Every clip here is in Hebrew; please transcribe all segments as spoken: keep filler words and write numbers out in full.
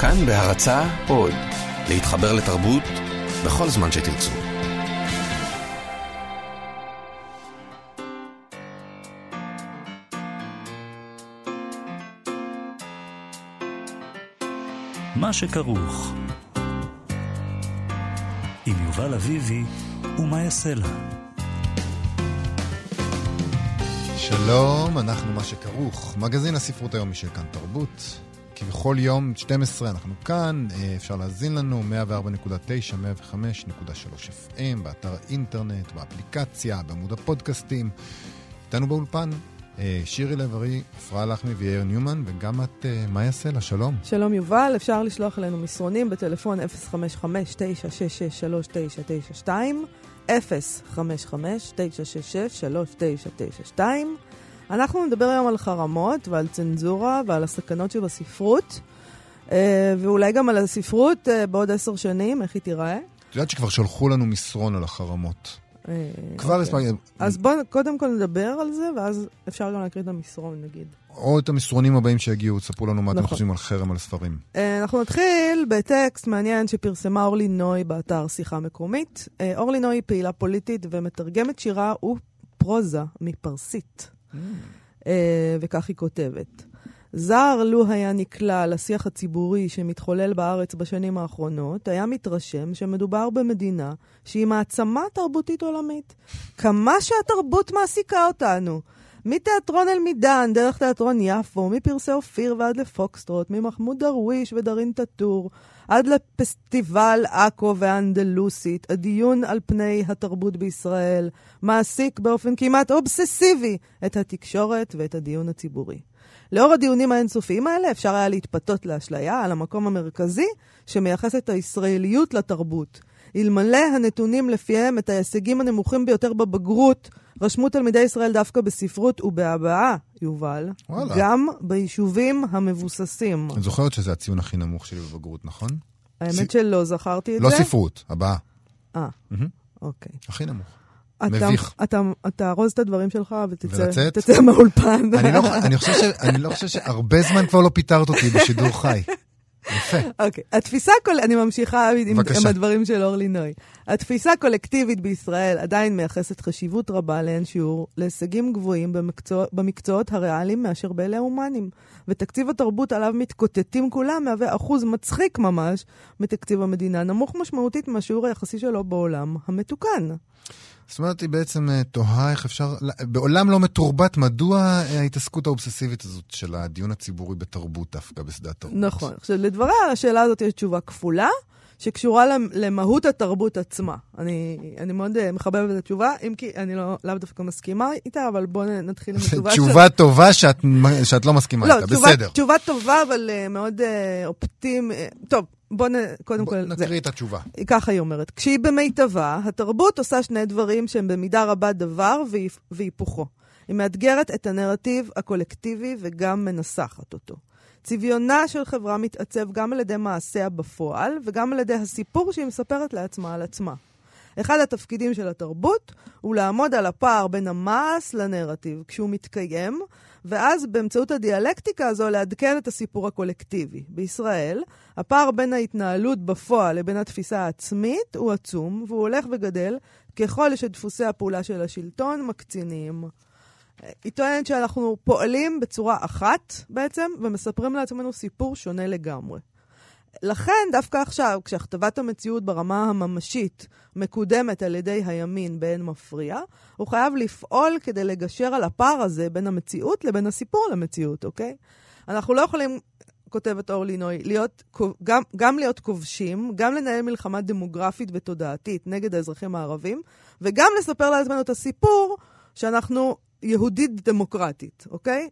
כאן בהרצאה עוד, להתחבר לתרבות בכל זמן שתרצו. מה שכרוך עם יובל אביבי ומה יעשה לה. שלום, אנחנו מה שכרוך, מגזין הספרות היומי של כאן תרבות. כבכל יום שתים עשרה אנחנו כאן, אפשר להזין לנו מאה וארבע נקודה תשע, מאה וחמש נקודה שלוש אף אם, באתר האינטרנט, באפליקציה, בעמוד הפודקאסטים. איתנו באולפן שירי לב-ארי, אפרת לחמי ויאיר ניומן, וגם את מה יעשה לה, שלום. שלום יובל, אפשר לשלוח אלינו מסרונים בטלפון אפס חמש חמש תשע שש שש שלוש תשע תשע שתיים, אפס חמש חמש תשע שש שש שלוש תשע תשע שתיים. אנחנו נדבר היום על חרמות ועל צנזורה ועל הסכנות שבספרות, ואולי גם על הספרות בעוד עשר שנים, איך היא תיראה. את יודעת שכבר שלחו לנו מסרון על החרמות. כבר הספק... אז בואו קודם כל נדבר על זה, ואז אפשר גם להקריא את המסרון, נגיד. או את המסרונים הבאים שהגיעו, תספרו לנו מה אתם חושבים על חרם על ספרים. אנחנו נתחיל בטקסט מעניין שפרסמה אורלי נוי באתר שיחה מקומית. אורלי נוי היא פעילה פוליטית ומתרגמת שירה ופרוזה מפרסית. וכך היא כותבת: זר לו היה נקלע לשיח הציבורי שמתחולל בארץ בשנים האחרונות, היה מתרשם שמדובר במדינה שהיא מעצמה תרבותית עולמית. כמה שהתרבות מעסיקה אותנו. מתיאטרון אל מידן, דרך תיאטרון יפו, מפרסי אופיר ועד לפוקסטרוט, ממחמוד דרוויש ודרין טטור, עד לפסטיבל אקו והאנדלוסית, הדיון על פני התרבות בישראל מעסיק באופן כמעט אובססיבי את התקשורת ואת הדיון הציבורי. לאור הדיונים האינסופיים האלה אפשר היה להתפתות לאשליה על המקום המרכזי שמייחס את הישראליות לתרבות. אלמלא הנתונים לפיהם את ההישגים הנמוכים ביותר בבגרות רשמו תלמידי ישראל דווקא בספרות ובהבעה, יובל, וואלה. גם ביישובים המבוססים. אני זוכרת שזה הציון הכי נמוך שלי בבגרות, נכון? האמת ס... שלא זכרתי את לא זה. לא ספרות, הבאה. אה, אוקיי. הכי נמוך. אתה, מביך. אתה, אתה ארוז את הדברים שלך ותצא ולצאת? תצא מהאולפן. אני לא, אני חושב ש, אני לא חושב שהרבה זמן כבר לא פיתרת אותי בשידור חי. יפה. אוקיי. התפיסה, אני ממשיכה עם, עם הדברים של אורלי נוי. התפיסה הקולקטיבית בישראל עדיין מייחסת חשיבות רבה לאין שיעור להישגים גבוהים במקצוע, במקצועות הריאליים מאשר באלה ההומנים. ותקציב התרבות עליו מתקוטטים כולם מהווה אחוז מצחיק ממש מתקציב המדינה, נמוך משמעותית מהשיעור היחסי שלו בעולם המתוקן. זאת אומרת, היא בעצם תוהה איך אפשר, בעולם לא מתורבת, מדוע ההתעסקות האובססיבית הזאת של הדיון הציבורי בתרבות דווקא בשדה תרבות? נכון. עכשיו, לדבריה, השאלה הזאת יש תשובה כפולה, שקשורה למהות התרבות עצמה. אני, אני מאוד מחבבת את התשובה, אם כי אני לא, לאו דווקא מסכימה איתה, אבל בואו נתחיל עם התשובה. תשובה טובה שאת, שאת לא מסכימה איתה, בסדר. תשובה טובה, אבל מאוד אופטימ... טוב. בוא נ... קודם כל... נקריא את התשובה. ככה היא אומרת. כשהיא במיטבה, התרבות עושה שני דברים שהם במידה רבה דבר והיפוכו. היא מאתגרת את הנרטיב הקולקטיבי וגם מנסחת אותו. צביונה של חברה מתעצב גם על ידי מעשיה בפועל, וגם על ידי הסיפור שהיא מספרת לעצמה על עצמה. אחד התפקידים של התרבות הוא לעמוד על הפער בין המעש לנרטיב, כשהוא מתקיים, ואז באמצעות הדיאלקטיקה הזו לעדכן את הסיפור הקולקטיבי. בישראל, הפער בין ההתנהלות בפועל לבין התפיסה העצמית הוא עצום, והוא הולך וגדל ככל שדפוסי הפעולה של השלטון מקצינים. היא טוענת שאנחנו פועלים בצורה אחת בעצם, ומספרים לעצמנו סיפור שונה לגמרי. לכן, דווקא עכשיו, כשהכתבת המציאות ברמה הממשית מקודמת על ידי הימין באין מפריע, הוא חייב לפעול כדי לגשר על הפער הזה בין המציאות לבין הסיפור למציאות, אוקיי? אנחנו לא יכולים, כותבת אורלי נוי, להיות, גם, גם להיות כובשים, גם לנהל מלחמה דמוגרפית ותודעתית נגד האזרחים הערבים, וגם לספר לעצמנו את הסיפור שאנחנו יהודית דמוקרטית, אוקיי?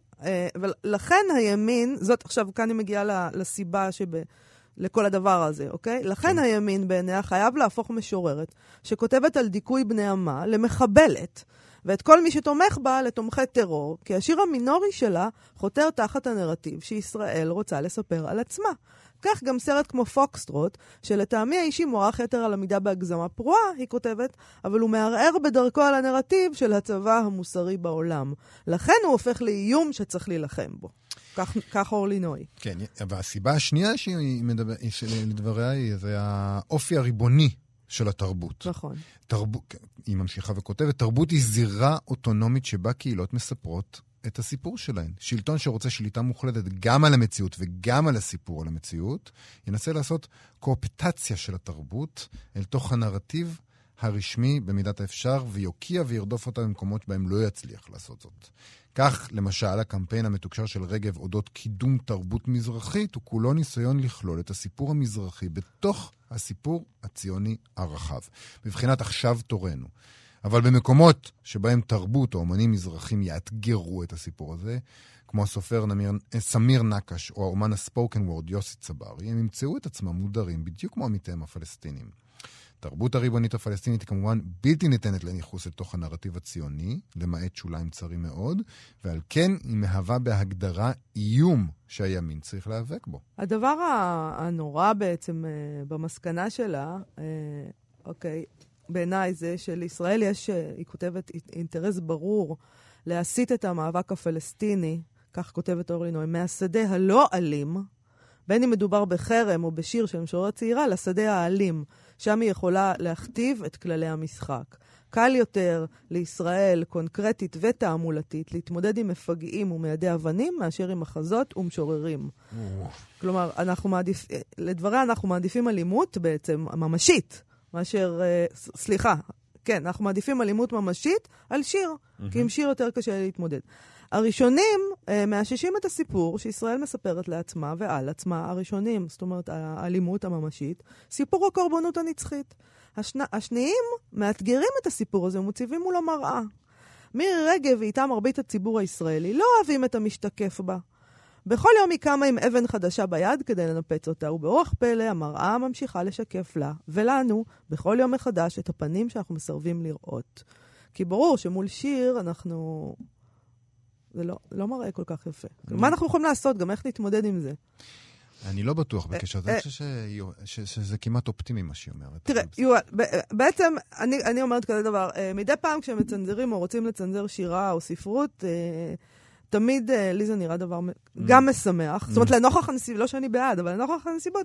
ולכן הימין, זאת עכשיו כאן היא מגיעה לסיבה שב... לכל הדבר הזה, אוקיי? לכן הימין בעיניה חייב להפוך משוררת שכותבת על דיכוי בני עמה למחבלת, ואת כל מי שתומך בה לתומכי טרור, כי השיר המינורי שלה חותר תחת הנרטיב שישראל רוצה לספר על עצמה. כך גם סרט כמו פוקסטרוט, שלטעמי האישי מוערך יותר על עמידה בהגזמה פרועה, היא כותבת, אבל הוא מערער בדרכו על הנרטיב של הצבא המוסרי בעולם. לכן הוא הופך לאיום שצריך להילחם בו. כך, כך אורלי נוי. כן, והסיבה השנייה שהיא מדבר, לדבריה היא, זה האופי הריבוני של התרבות. נכון. תרבות, היא ממשיכה וכותבת, תרבות היא זירה אוטונומית שבה קהילות מספרות את הסיפור שלהן. שלטון שרוצה שליטה מוחלטת גם על המציאות וגם על הסיפור על המציאות, ינסה לעשות קואפטציה של התרבות אל תוך הנרטיב הרשמי במידת האפשר, ויוקיע וירדוף אותה במקומות בהם לא יצליח לעשות זאת. כך, למשל, הקמפיין המתוקשר של רגב אודות קידום תרבות מזרחית, הוא כולו ניסיון לכלול את הסיפור המזרחי בתוך הסיפור הציוני הרחב. בבחינת עכשיו תורנו. אבל במקומות שבהם תרבות או אומנים מזרחים יאתגרו את הסיפור הזה, כמו הסופר נמיר, סמיר נקש או האומן הספוקן וורד יוסי צברי, הם ימצאו את עצמם מודרים בדיוק כמו עמיתיהם הפלסטינים. תרבות הריבונית הפלסטינית היא כמובן בלתי ניתנת לניחוס לתוך הנרטיב הציוני, למעט שוליים צרים מאוד, ועל כן היא מהווה בהגדרה איום שהימין צריך להיאבק בו. הדבר הנורא בעצם במסקנה שלה, אוקיי, בעיניי זה שלישראל יש, היא כותבת, אינטרס ברור להסיט את המאבק הפלסטיני, כך כותבת אורלי נוי, מהשדה הלא אלים, בין אם מדובר בחרם או בשיר של משוררת צעירה, לשדה האלים, שם היא יכולה להכתיב את כללי המשחק. קל יותר לישראל, קונקרטית ותעמולתית, להתמודד עם מפגעים ומיידי אבנים, מאשר עם מחזות ומשוררים. כלומר, אנחנו מעדיפ... לדבריה אנחנו מעדיפים אלימות בעצם, ממשית, מאשר, סליחה, כן, אנחנו מעדיפים אלימות ממשית על שיר, כי עם שיר יותר קשה להתמודד. הראשונים אה, מאששים את הסיפור שישראל מספרת לעצמה ועל עצמה, הראשונים, זאת אומרת, האלימות הממשית, סיפור הקורבנות הנצחית. השני, השניים מאתגרים את הסיפור הזה ומציבים מולו מראה. מירי רגב ואיתה מרבית הציבור הישראלי לא אוהבים את המשתקף בה. בכל יום היא קמה עם אבן חדשה ביד כדי לנפץ אותה, ובאורח פלא המראה ממשיכה לשקף לה, ולנו, בכל יום מחדש, את הפנים שאנחנו מסרבים לראות. כי ברור שמול שיר אנחנו... זה לא, לא מראה כל כך יפה. מה אנחנו יכולים לעשות? גם איך נתמודד עם זה? אני לא בטוח בקשר. אני חושב שזה כמעט אופטימי מה שהיא אומרת. תראה, יואל, בעצם אני אומרת כזה דבר, מדי פעם כשהם מצנזרים או רוצים לצנזר שירה או ספרות, תמיד לי זה נראה דבר גם משמח. זאת אומרת, לנוכח הנסיבות, לא שאני בעד, אבל לנוכח הנסיבות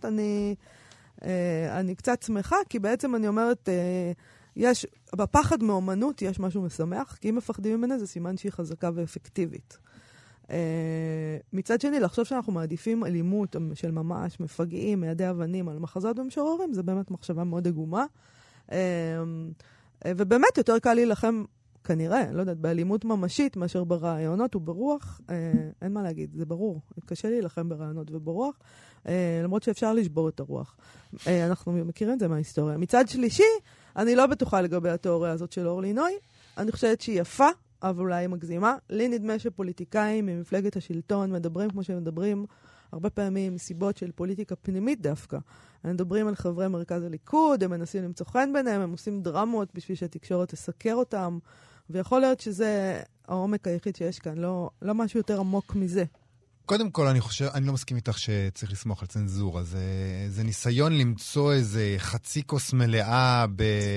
אני קצת שמחה, כי בעצם אני אומרת... יש, בפחד מאומנות יש משהו משמח, כי אם מפחדים ממנה זה סימן שהיא חזקה ואפקטיבית. Uh, מצד שני, לחשוב שאנחנו מעדיפים אלימות של ממש, מפגעים, מיידי אבנים על מחזות ומשוררים, זה באמת מחשבה מאוד עגומה. Uh, uh, ובאמת יותר קל להילחם, כנראה, לא יודעת, באלימות ממשית מאשר ברעיונות וברוח. Uh, אין מה להגיד, זה ברור. קשה להילחם ברעיונות וברוח, uh, למרות שאפשר לשבור את הרוח. Uh, אנחנו מכירים את זה מההיסטוריה. מצד שלישי, אני לא בטוחה לגבי התיאוריה הזאת של אורלי נוי. אני חושבת שהיא יפה, אבל אולי היא מגזימה. לי נדמה שפוליטיקאים ממפלגת השלטון מדברים כמו שהם מדברים הרבה פעמים מסיבות של פוליטיקה פנימית דווקא. הם מדברים על חברי מרכז הליכוד, הם מנסים למצוא חן ביניהם, הם עושים דרמות בשביל שהתקשורת תסקר אותם, ויכול להיות שזה העומק היחיד שיש כאן, לא, לא משהו יותר עמוק מזה. קודם כל, אני חושב, אני לא מסכים איתך שצריך לסמוך על צנזורה. זה, זה ניסיון למצוא איזה חצי כוס מלאה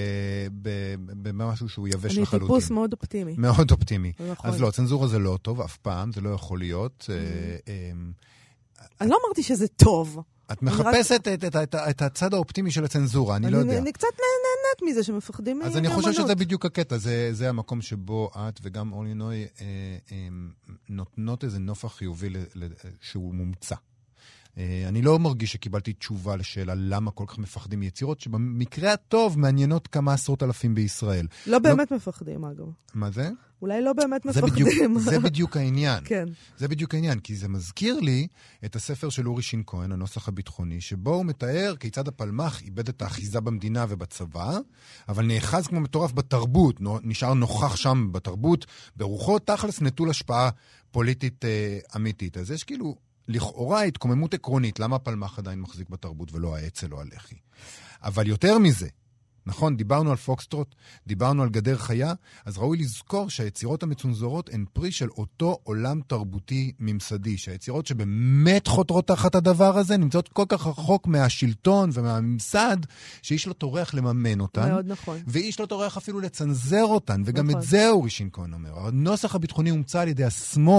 במשהו שהוא יבש לחלוטין. אני טיפוס מאוד אופטימי. מאוד אופטימי. נכון. אז לא, צנזורה זה לא טוב, אף פעם, זה לא יכול להיות. אני לא אמרתי שזה טוב. את מחפשת את, את, את, את הצד האופטימי של הצנזורה, אני, אני לא יודע. אני קצת נהנית מזה שמפחדים מאמנות. אז אני חושב שזה בדיוק הקטע, זה, זה המקום שבו את וגם אורלי נוי אה, אה, נותנות איזה נופח חיובי ל, ל, שהוא מומצא. אה, אני לא מרגיש שקיבלתי תשובה לשאלה למה כל כך מפחדים מיצירות, שבמקרה הטוב מעניינות כמה עשרות אלפים בישראל. לא באמת לא... מפחדים, אגב. מה זה? אולי לא באמת זה מפחדים. בדיוק, זה בדיוק העניין. כן. זה בדיוק העניין, כי זה מזכיר לי את הספר של אורי שין כהן, הנוסח הביטחוני, שבו הוא מתאר כיצד הפלמ"ח איבד את האחיזה במדינה ובצבא, אבל נאחז כמו מטורף בתרבות, נשאר נוכח שם בתרבות, ברוחו תכלס נטול השפעה פוליטית אה, אמיתית. אז יש כאילו לכאורה התקוממות עקרונית, למה הפלמ"ח עדיין מחזיק בתרבות ולא האצ"ל או הלח"י. אבל יותר מזה, נכון, דיברנו על פוקסטרוט, דיברנו על גדר חיה, אז ראוי לזכור שהיצירות המצונזרות הן פרי של אותו עולם תרבותי ממסדי, שהיצירות שבאמת חותרות תחת הדבר הזה נמצאות כל כך רחוק מהשלטון ומהממסד, שאיש לא טורח לממן אותן. מאוד נכון. ואיש לא טורח אפילו לצנזר אותן, וגם נכון. את זה אורי שין כהן אומר. הנוסח הביטחוני הומצא על ידי השמאל,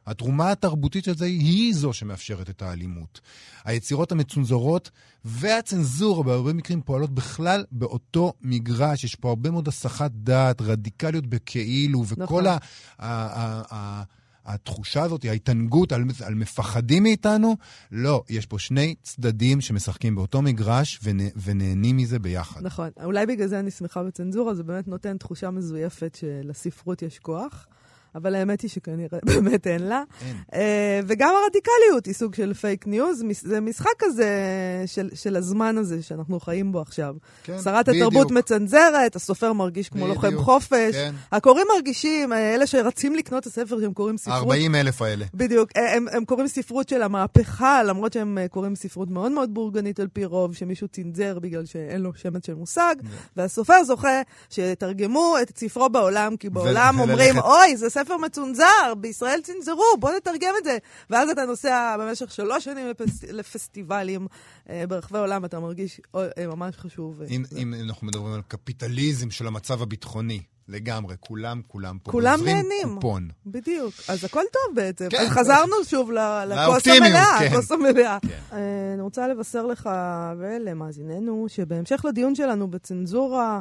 התרומה התרבותית של זה היא זו שמאפשרת את האלימות. היצירות המצונזרות והצנזורה בהרבה מקרים פועלות בכלל באותו מגרש. יש פה הרבה מאוד הסחת דעת, רדיקליות בכאילו, וכל נכון. ה... ה, ה, ה התחושה הזאת, ההתענגות על, על מפחדים מאיתנו, לא, יש פה שני צדדים שמשחקים באותו מגרש ונה, ונהנים מזה ביחד. נכון, אולי בגלל זה אני שמחה בצנזורה, זה באמת נותן תחושה מזויפת שלספרות יש כוח, אבל האמת היא שכנראה באמת אין לה. אין. Uh, וגם הרדיקליות היא סוג של פייק ניוז, זה משחק כזה של, של הזמן הזה שאנחנו חיים בו עכשיו. כן, שרת בדיוק. התרבות מצנזרת, הסופר מרגיש כמו בדיוק. לוחם חופש, כן. הקוראים מרגישים, אלה שרצים לקנות את הספר שהם קוראים ספרות. ארבעים אלף האלה. בדיוק, הם, הם קוראים ספרות של המהפכה, למרות שהם קוראים ספרות מאוד מאוד בורגנית על פי רוב, שמישהו צנזר בגלל שאין לו שמץ של מושג, yeah. והסופר זוכה שתרגמו את ספרו בעולם, כי בעולם ו- אומרים, וללכת... אוי, זה ספר מצונזר, בישראל צנזרו, בוא נתרגם את זה. ואז אתה נוסע במשך שלוש שנים לפס... לפסטיבלים אה, ברחבי העולם, אתה מרגיש אה, ממש חשוב. אם, אם אנחנו מדברים על קפיטליזם של המצב הביטחוני, לגמרי, כולם, כולם פה. כולם נהנים. קופון. בדיוק. אז הכל טוב בעצם. כן, אז חזרנו כן. שוב לכוס המלאה. כן. הכוס המלאה. כן. אה, אני רוצה לבשר לך ולמאזיננו, שבהמשך לדיון שלנו בצנזורה,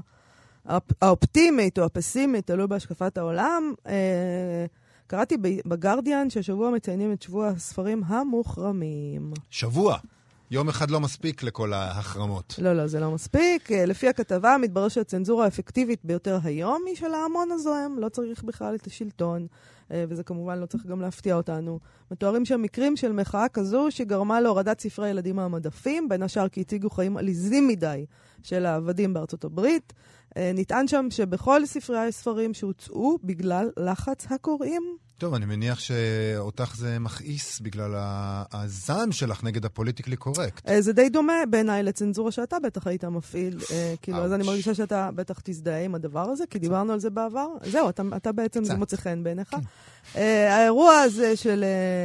האופטימית או הפסימית, תלוי בהשקפת העולם, אה, קראתי בגרדיאן שהשבוע מציינים את שבוע הספרים המוחרמים. שבוע? יום אחד לא מספיק לכל ההחרמות. לא, לא, זה לא מספיק. לפי הכתבה, מתברר שהצנזורה האפקטיבית ביותר היום היא של ההמון הזוהם. לא צריך בכלל את השלטון, וזה כמובן לא צריך גם להפתיע אותנו. מתוארים שם מקרים של מחאה כזו שגרמה להורדת ספרי ילדים מהמדפים, בין השאר כי הציגו חיים עליזים מדי של העבדים בארצות הברית. נטען שם שבכל ספרי הספרים שהוצאו בגלל לחץ הקוראים. טוב, אני מניח שאותך זה מכעיס בגלל הזעם שלך נגד הפוליטיקלי קורקט. זה די דומה בעיניי לצנזורה שאתה בטח היית מפעיל, כאילו, אז אני מרגישה שאתה בטח תזדהה עם הדבר הזה, כי דיברנו על זה בעבר. זהו, אתה בעצם זה מוצא חן בעיניך. האירוע הזה של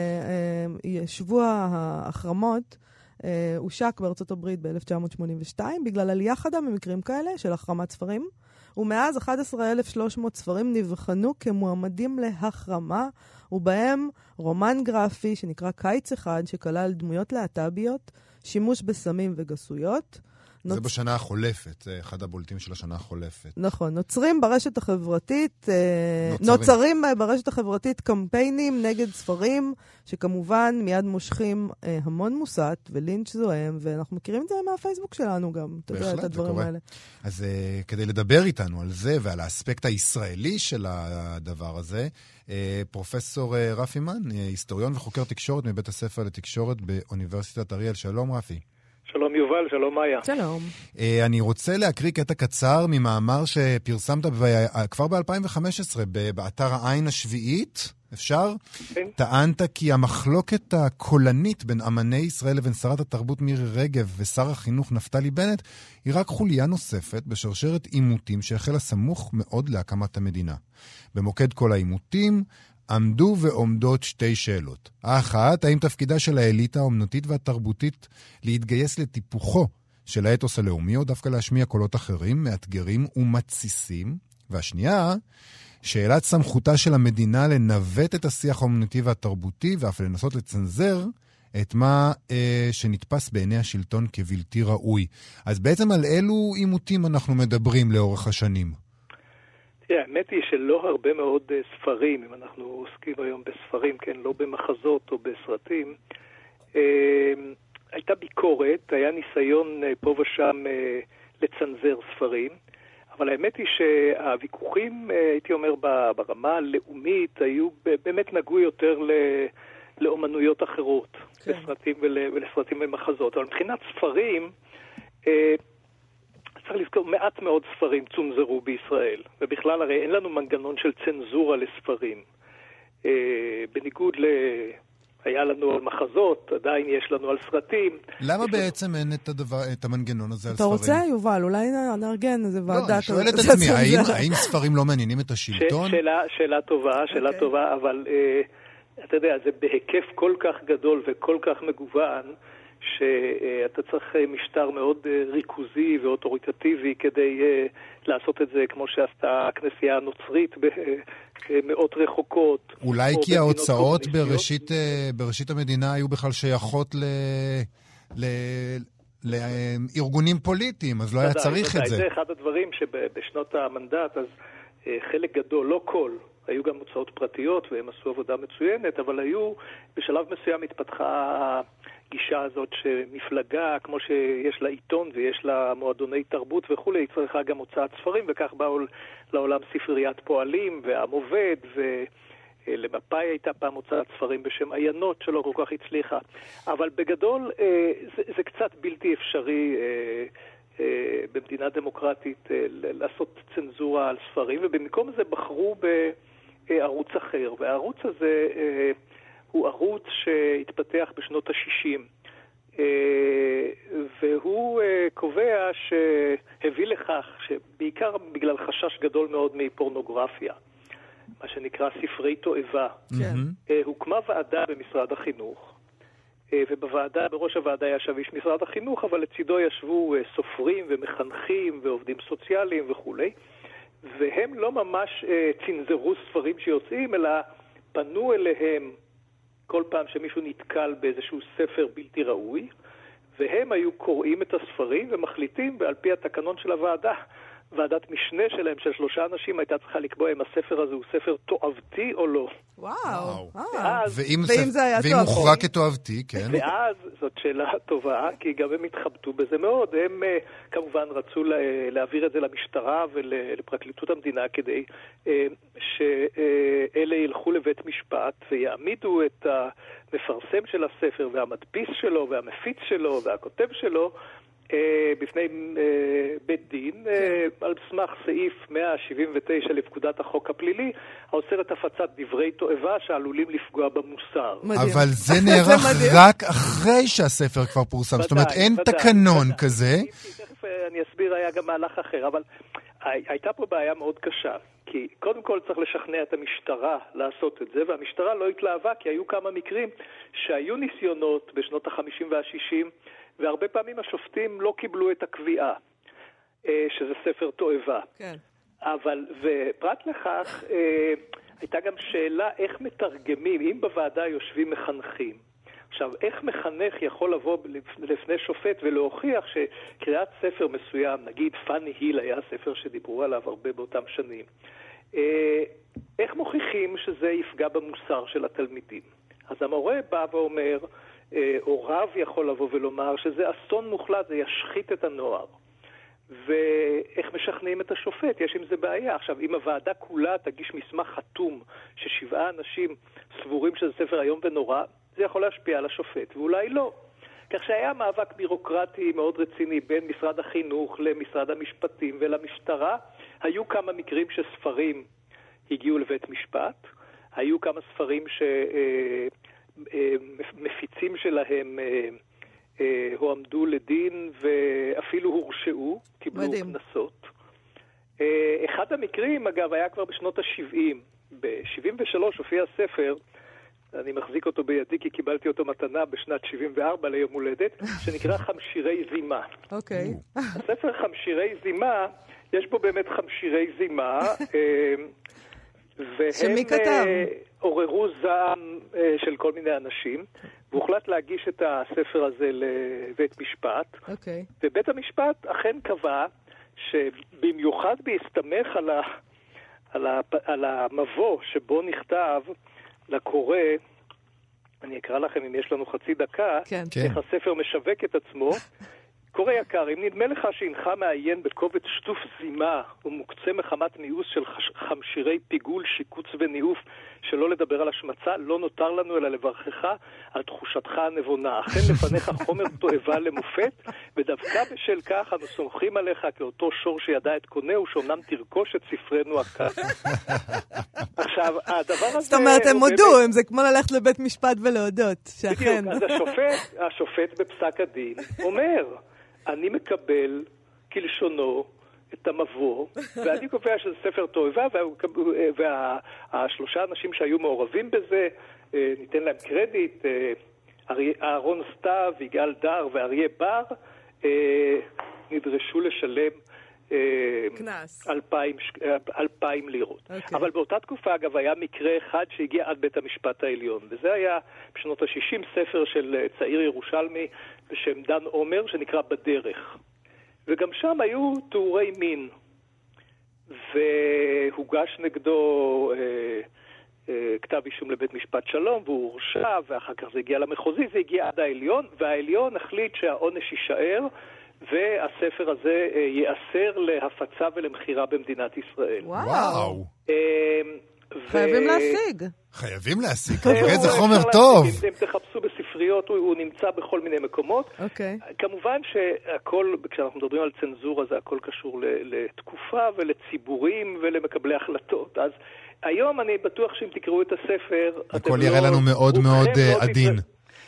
שבוע ההחרמות, הושק בארצות הברית ב-אלף תשע מאות שמונים ושתיים, בגלל עלייה חדה ממקרים כאלה של החרמת ספרים, ומאז אחד עשר אלף ושלוש מאות ספרים נבחנו כמועמדים להחרמה, ובהם רומן גרפי שנקרא קיץ אחד, שכלל דמויות להט"ביות, שימוש בסמים וגסויות. זה נוצ... בשנה החולפת, זה אחד הבולטים של השנה החולפת. נכון, נוצרים ברשת החברתית, נוצרים, נוצרים ברשת החברתית קמפיינים נגד ספרים, שכמובן מיד מושכים המון מוסת ולינץ' זוהם, ואנחנו מכירים את זה מהפייסבוק שלנו גם, אתה יודע, את הדברים האלה. אז uh, כדי לדבר איתנו על זה ועל האספקט הישראלי של הדבר הזה, uh, פרופסור uh, רפי מן, היסטוריון וחוקר תקשורת מבית הספר לתקשורת באוניברסיטת אריאל. שלום רפי. שלום יובל, שלום מאיה. שלום. Uh, אני רוצה להקריא קטע קצר ממאמר שפרסמת ב- כבר ב-אלפיים וחמש עשרה באתר העין השביעית. אפשר? כן. טענת כי המחלוקת הקולנית בין אמני ישראל לבין שרת התרבות מירי רגב ושר החינוך נפתלי בנט היא רק חוליה נוספת בשרשרת עימותים שהחלה סמוך מאוד להקמת המדינה. במוקד כל העימותים עמדו ועומדות שתי שאלות. האחת, האם תפקידה של האליטה האומנותית והתרבותית להתגייס לטיפוחו של האתוס הלאומי, או דווקא להשמיע קולות אחרים, מאתגרים ומתסיסים? והשנייה, שאלת סמכותה של המדינה לנווט את השיח האומנותי והתרבותי, ואף לנסות לצנזר את מה אה, שנתפס בעיני השלטון כבלתי ראוי. אז בעצם על אילו עימותים אנחנו מדברים לאורך השנים? האמת היא שלא הרבה מאוד ספרים, אם אנחנו עוסקים היום בספרים, כן, לא במחזות או בסרטים, הייתה ביקורת, היה ניסיון פה ושם לצנזר ספרים, אבל האמת היא שהוויכוחים, הייתי אומר, ברמה הלאומית, היו באמת נגעו יותר לאומנויות אחרות, כן. בסרטים ולסרטים ומחזות. אבל מבחינת ספרים, צריך לזכור, מעט מאוד ספרים צונזרו בישראל, ובכלל הרי אין לנו מנגנון של צנזורה לספרים. אה, בניגוד ל... היה לנו על מחזות, עדיין יש לנו על סרטים. למה בעצם לנו... אין את, הדבר, את המנגנון הזה על אתה ספרים? אתה רוצה, יובל? אולי נארגן איזה ועדה. לא, אני שואל את עצמי, האם, האם ספרים לא מעניינים את השלטון? ש... שאלה, שאלה טובה, שאלה okay. טובה, אבל אה, אתה יודע, זה בהיקף כל כך גדול וכל כך מגוון, שאתה צריך משטר מאוד ריכוזי ואוטוריטטיבי כדי לעשות את זה כמו שעשתה הכנסייה הנוצרית מאוד רחוקות. אולי כי ההוצאות בראשית, בראשית המדינה היו בכלל שייכות ל... ל... לארגונים פוליטיים, אז לא היה צריך את זה. זה אחד הדברים שבשנות המנדט, אז חלק גדול, לא כל, היו גם הוצאות פרטיות, והם עשו עבודה מצוינת, אבל היו, בשלב מסוים התפתחה הגישה הזאת שמפלגה, כמו שיש לה עיתון ויש לה מועדוני תרבות וכו', היא צריכה גם הוצאת ספרים, וכך באו לעולם ספריית פועלים והעם עובד, ולמפאי הייתה פעם הוצאת ספרים בשם עיינות שלא כל כך הצליחה. אבל בגדול זה, זה קצת בלתי אפשרי במדינה דמוקרטית לעשות צנזורה על ספרים, ובמקום זה בחרו בערוץ אחר, והערוץ הזה הוא ערוץ שהתפתח בשנות ה-שישים, והוא קובע שהביא לכך שבעיקר בגלל חשש גדול מאוד מפורנוגרפיה, מה שנקרא ספרי תועבה, הוקמה ועדה במשרד החינוך, ובוועדה, בראש הוועדה ישב איש משרד החינוך, אבל לצידו ישבו סופרים ומחנכים ועובדים סוציאליים וכו', והם לא ממש צנזרו ספרים שיוצאים, אלא פנו אליהם כל פעם שמישהו נתקל באיזשהו ספר בלתי ראוי, והם היו קוראים את הספרים ומחליטים, ועל פי התקנון של הוועדה, ועדת משנה שלהם, של שלושה אנשים, הייתה צריכה לקבוע אם הספר הזה הוא ספר תועבתי או לא. וואו. ואז, ואם, זה, ואם, זה היה ואם הוא חרק כתועבתי, כן. ואז, זאת שאלה טובה, כי גם הם התחבטו בזה מאוד. הם כמובן רצו להעביר את זה למשטרה ולפרקליטות המדינה, כדי שאלה ילכו לבית משפט ויעמידו את המפרסם של הספר והמדפיס שלו והמפיץ שלו והכותב שלו, בפני בית דין, על סמך סעיף מאה שבעים ותשע לפקודת החוק הפלילי, האוסר את הפצת דברי תועבה שעלולים לפגוע במוסר. אבל זה נערך רק אחרי שהספר כבר פורסם, זאת אומרת אין תקנון כזה. תכף אני אסביר, היה גם מהלך אחר, אבל הייתה פה בעיה מאוד קשה, כי קודם כל צריך לשכנע את המשטרה לעשות את זה, והמשטרה לא התלהבה, כי היו כמה מקרים שהיו ניסיונות בשנות ה-חמישים וה-שישים, והרבה פעמים השופטים לא קיבלו את הקביעה, שזה ספר תועבה. כן. אבל, ופרט לכך, הייתה גם שאלה איך מתרגמים, אם בוועדה יושבים מחנכים. עכשיו, איך מחנך יכול לבוא לפני שופט ולהוכיח שקריאת ספר מסוים, נגיד פאני היל היה ספר שדיברו עליו הרבה באותם שנים, איך מוכיחים שזה יפגע במוסר של התלמידים? אז המורה בא ואומר, או רב יכול לבוא ולומר שזה אסון מוחלט, זה ישחית את הנוער. ואיך משכנעים את השופט? יש עם זה בעיה. עכשיו, אם הוועדה כולה תגיש מסמך חתום ששבעה אנשים סבורים שזה ספר איום ונורא, זה יכול להשפיע על השופט, ואולי לא. כך שהיה מאבק בירוקרטי מאוד רציני בין משרד החינוך למשרד המשפטים ולמשטרה. היו כמה מקרים שספרים הגיעו לבית משפט, היו כמה ספרים ש... מפיצים שלהם הועמדו לדין ואפילו הורשעו, קיבלו כנסות. אחד המקרים, אגב, היה כבר בשנות ה-שבעים. ב-שבעים ושלוש הופיע ספר, אני מחזיק אותו בידי כי קיבלתי אותו מתנה בשנת שבעים וארבע ליום הולדת, שנקרא חמשירי זימה. אוקיי. הספר חמשירי זימה, יש בו באמת חמשירי זימה, שמי כתב? עוררו זעם של כל מיני אנשים, והוחלט להגיש את הספר הזה לבית משפט. אוקיי. ובית המשפט אכן קבע שבמיוחד בהסתמך על, ה, על, ה, על המבוא שבו נכתב לקורא, אני אקרא לכם אם יש לנו חצי דקה, כן. איך הספר משווק את עצמו. קורא יקר, אם נדמה לך שהנך מעיין בקובץ שטוף זימה ומוקצה מחמת מיאוס של חמשירי פיגול, שיקוץ וניאוף, שלא לדבר על השמצה, לא נותר לנו אלא לברכך על תחושתך הנבונה. אכן לפניך חומר תועבה למופת, ודווקא בשל כך אנו סומכים עליך כאותו שור שידע את קונהו, שאומנם תרכוש את ספרנו הקל. עכשיו, הדבר הזה... זאת אומרת, הם הודו, זה כמו ללכת לבית משפט ולהודות, שאכן. בדיוק, אז השופט, השופט בפסק הדין אומר, אני מקבל כלשונו את המבוא, ואני קובע שזה ספר תועבה, והשלושה אנשים שהיו מעורבים בזה, ניתן להם קרדיט, אהרון סתיו, יגאל דר ואריה בר, נדרשו לשלם כנס. אלפיים, אלפיים לירות. Okay. אבל באותה תקופה, אגב, היה מקרה אחד שהגיע עד בית המשפט העליון, וזה היה בשנות ה-שישים ספר של צעיר ירושלמי בשם דן עומר, שנקרא בדרך. וגם שם היו תיאורי מין, והוגש נגדו אה, אה, כתב אישום לבית משפט שלום, והוא הורשע, ואחר כך זה הגיע למחוזי, זה הגיע עד העליון, והעליון החליט שהעונש יישאר, והספר הזה אה, יאסר להפצה ולמחירה במדינת ישראל. וואו. אה, חייבים ו... להשיג. חייבים להשיג, תראה, זה חומר טוב. אם תחפשו בספריות, הוא, הוא נמצא בכל מיני מקומות. אוקיי. כמובן שהכל, כשאנחנו מדברים על צנזורה, זה הכל קשור לתקופה ולציבורים ולמקבלי החלטות. אז היום אני בטוח שאם תקראו את הספר... הכל יראה לנו מאוד מאוד עדין.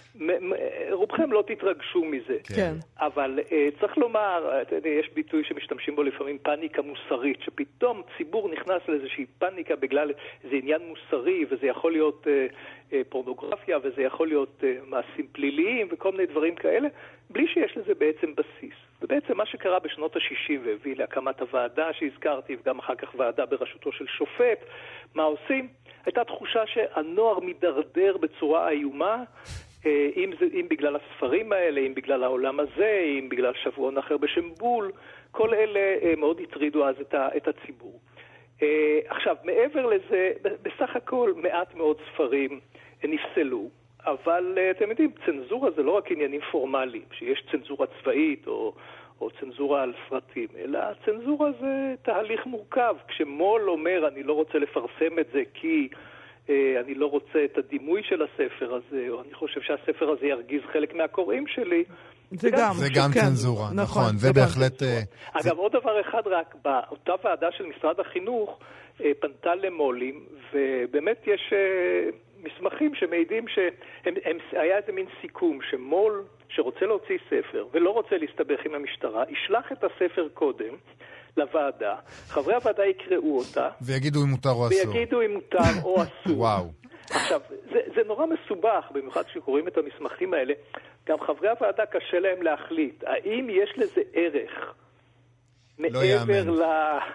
רובכם לא תתרגשו מזה. כן. אבל uh, צריך לומר, יש ביטוי שמשתמשים בו לפעמים פאניקה מוסרית, שפתאום ציבור נכנס לאיזושהי פאניקה בגלל איזה עניין מוסרי, וזה יכול להיות uh, uh, פורנוגרפיה, וזה יכול להיות uh, מעשים פליליים וכל מיני דברים כאלה, בלי שיש לזה בעצם בסיס. ובעצם מה שקרה בשנות ה-שישים והביא להקמת הוועדה שהזכרתי, וגם אחר כך ועדה בראשותו של שופט, מה עושים? הייתה תחושה שהנוער מדרדר בצורה איומה, אם, זה, אם בגלל הספרים האלה, אם בגלל העולם הזה, אם בגלל שבועון אחר בשם בול, כל אלה מאוד הטרידו אז את, ה, את הציבור. עכשיו, מעבר לזה, בסך הכל מעט מאוד ספרים נפסלו, אבל אתם יודעים, צנזורה זה לא רק עניינים פורמליים, שיש צנזורה צבאית או, או צנזורה על סרטים, אלא צנזורה זה תהליך מורכב. כשמול אומר, אני לא רוצה לפרסם את זה כי... אני לא רוצה את הדימוי של הספר הזה, או אני חושב שהספר הזה ירגיז חלק מהקוראים שלי. זה גם, זה גם צנזורה, נכון, זה בהחלט... אגב, עוד דבר אחד רק, באותה ועדה של משרד החינוך פנתה למולים, ובאמת יש מסמכים שמעידים שהיה איזה מין סיכום, שמול שרוצה להוציא ספר ולא רוצה להסתבך עם המשטרה, ישלח את הספר קודם, לוועדה, חברי הוועדה יקראו אותה ויגידו אם מותר או אסור. ויגידו אם מותר או אסור. וואו. עכשיו, זה, זה נורא מסובך, במיוחד שקוראים את המסמכים האלה. גם חברי הוועדה קשה להם להחליט. האם יש לזה ערך לא מעבר ל...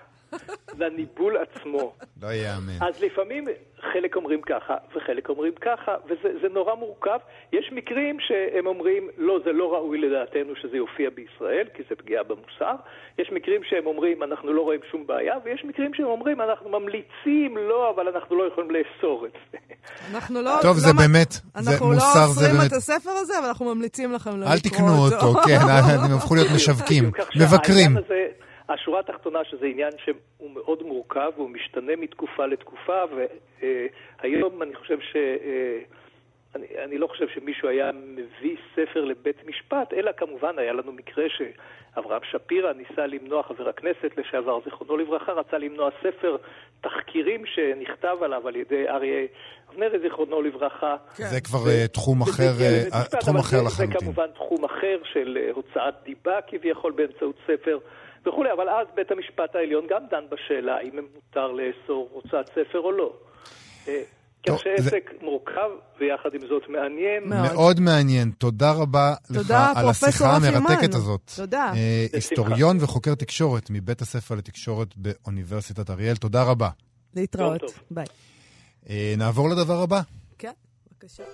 לניבול עצמו? לא יאמן. אז לפעמים חלק אומרים ככה וחלק אומרים ככה, וזה זה נורא מורכב. יש מקרים שהם אומרים, לא, זה לא ראוי לדעתנו שזה יופיע בישראל, כי זה פגיעה במוסר. יש מקרים שהם אומרים, אנחנו לא רואים שום בעיה, ויש מקרים שהם אומרים, אנחנו ממליצים, לא, אבל אנחנו לא יכולים לאסור את זה. אנחנו לא... טוב, זה באמת, אנחנו לא אוסרים את הספר הזה, אבל אנחנו ממליצים לכם לא לקרוא אותו. אל תקנו אותו, כן, הם הפכו להיות משווקים, מבקרים. השורה התחתונה שזה עניין שהוא מאוד מורכב, הוא משתנה מתקופה לתקופה, והיום אני חושב ש... אני, אני לא חושב שמישהו היה מביא ספר לבית משפט, אלא כמובן היה לנו מקרה שאברהם שפירא ניסה למנוע, חבר הכנסת לשעבר זיכרונו לברכה, רצה למנוע ספר תחקירים שנכתב עליו על ידי אריה אבנרי זיכרונו לברכה. כן. זה כבר ו... תחום אחר, משפט, תחום אחר זה, לחלוטין. זה כמובן תחום אחר של הוצאת דיבה כביכול באמצעות ספר וכולי, אבל אז בית המשפט העליון גם דן בשאלה אם מותר לאסור הוצאת ספר או לא. כך שעסק מורכב ויחד עם זאת מעניין. מאוד מעניין. תודה רבה לך על השיחה המרתקת הזאת. תודה. היסטוריון וחוקר תקשורת מבית הספר לתקשורת באוניברסיטת אריאל. תודה רבה. להתראות. ביי. נעבור לדבר הבא. כן, בבקשה.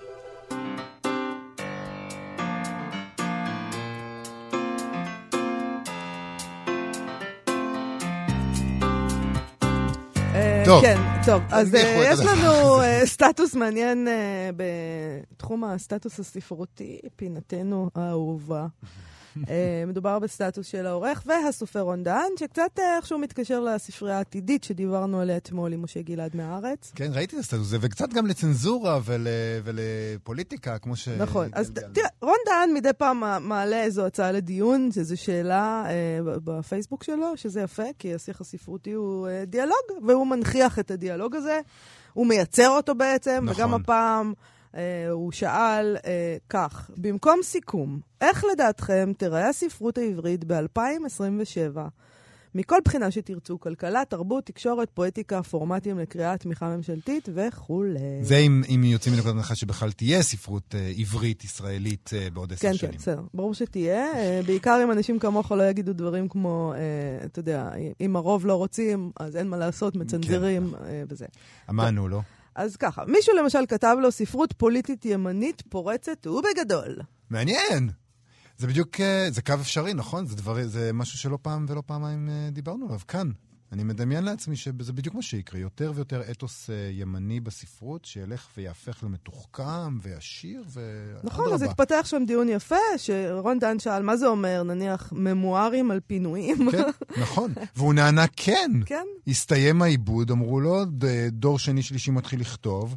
טוב. כן, טוב. אז יש לנו סטטוס מעניין בתחום הסטטוס הספרותי, פינתנו האהובה. מדובר בסטטוס של העורך והסופר רון דהן, שקצת איכשהו מתקשר לספרייה העתידית שדיברנו עליה אתמול עם משה גלעד מהארץ. כן, ראיתי את הסטטוס הזה, וקצת גם לצנזורה ול, ולפוליטיקה, כמו ש... נכון, אז תראה, רון דהן מדי פעם מעלה איזו הצעה לדיון, שזו שאלה אה, בפייסבוק שלו, שזה יפה, כי השיח הספרותי הוא אה, דיאלוג, והוא מנחיח את הדיאלוג הזה, הוא מייצר אותו בעצם, נכון. וגם הפעם... Uh, הוא שאל uh, כך, במקום סיכום, איך לדעתכם תראה הספרות העברית ב-אלפיים עשרים ושבע מכל בחינה שתרצו, כלכלה, תרבות, תקשורת, פואטיקה, פורמטים לקריאה, תמיכה ממשלתית וכו'. זה אם, אם יוצאים מנקודת הנחה שבכלל תהיה ספרות אה, עברית, ישראלית אה, בעוד עשר כן, שנים. כן, בסדר. ברור שתהיה. אה, בעיקר אם אנשים כמוך לא יגידו דברים כמו, אה, אתה יודע, אם הרוב לא רוצים, אז אין מה לעשות, מצנזרים כן. אה, וזה. אמרנו, לא? אז ככה, מישהו למשל כתב לו ספרות פוליטית ימנית פורצת ובגדול. מעניין. זה בדיוק, זה קו אפשרי, נכון? זה, דבר, זה משהו שלא פעם ולא פעמיים דיברנו עליו. כאן, אני מדמיין לעצמי שזה בדיוק מה שיקרה. יותר ויותר אתוס ימני בספרות, שילך ויהפך למתוחכם וישיר ו... נכון, אז התפתח שם דיון יפה, שרון דן שאל, מה זה אומר, נניח, ממוארים על פינויים? כן, נכון. והוא נענה כן. כן. הסתיים העיבוד, אמרו לו, דור שני שלישי מתחיל לכתוב.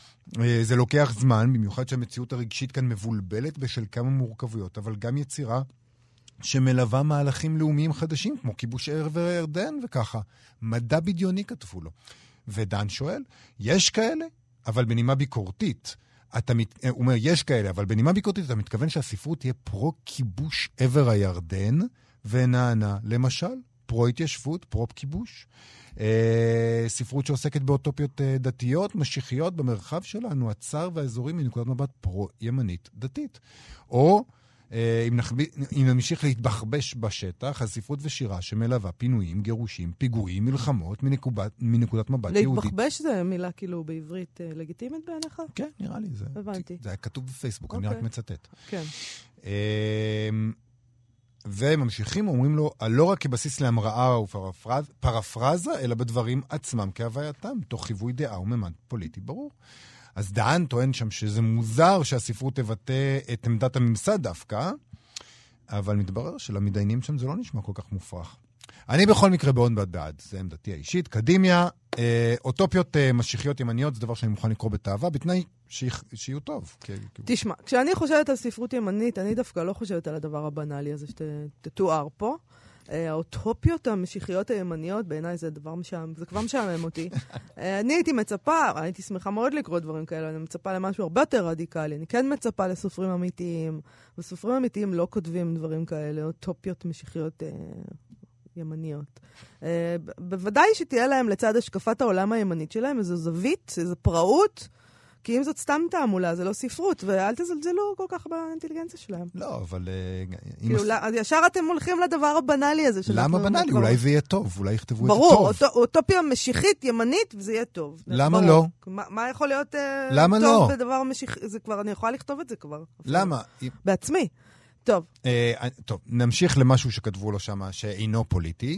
זה לוקח זמן, במיוחד שהמציאות הרגשית כאן מבולבלת בשל כמה מורכבויות, אבל גם יצירה שמלווה מהלכים לאומיים חדשים, כמו כיבוש עבר ירדן וככה. מדע בדיוני כתבו לו. ודן שואל, יש כאלה, אבל בנימה ביקורתית. אתה מת... הוא אומר, יש כאלה, אבל בנימה ביקורתית אתה מתכוון שהספרות תהיה פרו-כיבוש עבר הירדן, ונענה, למשל, פרו-התיישבות, פרו-כיבוש. אה, ספרות שעוסקת באוטופיות אה, דתיות, משיחיות במרחב שלנו, הצר והאזורים מנקודת מבט פרו-ימנית דתית. או אה, אם, נחב... אם נמשיך להתבחבש בשטח, הספרות ושירה שמלווה פינויים, גירושים, פיגועים, מלחמות, מנקודת, מנקודת מבט יהודית. להתבחבש זה מילה כאילו בעברית אה, לגיטימית בעיניך? כן, נראה לי. זה, הבנתי. זה היה כתוב בפייסבוק, אוקיי. אני רק מצטט. כן. אה, וממשיכים, אומרים לו, לא רק כבסיס להמראה ופרפרזה, אלא בדברים עצמם כהווייתם, תוך חיווי דעה וממד פוליטי ברור. אז דהן טוען שם שזה מוזר שהספרות תבטא את עמדת הממסד דווקא, אבל מתברר שלמדיינים שם זה לא נשמע כל כך מופרך. אני בכל מקרה בעוד בעד בעד, זה עמדתי האישית. קדימיה, אה, אוטופיות אה, משיחיות ימניות, זה דבר שאני מוכן לקרוא בתאווה, בתנאי שיהיו טוב. תשמע, כשאני חושבת על ספרות ימנית, אני דווקא לא חושבת על הדבר הבנאלי הזה שתתואר פה. האוטופיות המשיחיות הימניות, בעיניי זה דבר משעמם, זה כבר משעמם אותי. אני הייתי מצפה, הייתי שמחה מאוד לקרוא דברים כאלה, אני מצפה למשהו הרבה יותר רדיקלי. אני כן מצפה לסופרים אמיתיים, וסופרים אמיתיים לא כותבים דברים כאלה, אוטופיות משיחיות ימניות. בוודאי שתהיה להם לצד השקפת העולם הימנית שלהם, איזו זווית, איזו פראות, כי אם זאת סתם תעמולה, זה לא ספרות, ואל תזלזלו כל כך באינטליגנציה שלהם. לא, אבל... כאילו, ישר אתם הולכים לדבר הבנאלי הזה. למה בנאלי? אולי זה יהיה טוב, אולי יכתבו את זה טוב. ברור, אוטופיה משיחית, ימנית, וזה יהיה טוב. למה לא? מה יכול להיות טוב בדבר משיחי? זה כבר, אני יכולה לכתוב את זה כבר. למה? בעצמי. טוב. טוב, נמשיך למשהו שכתבו לו שם, שאינו פוליטי.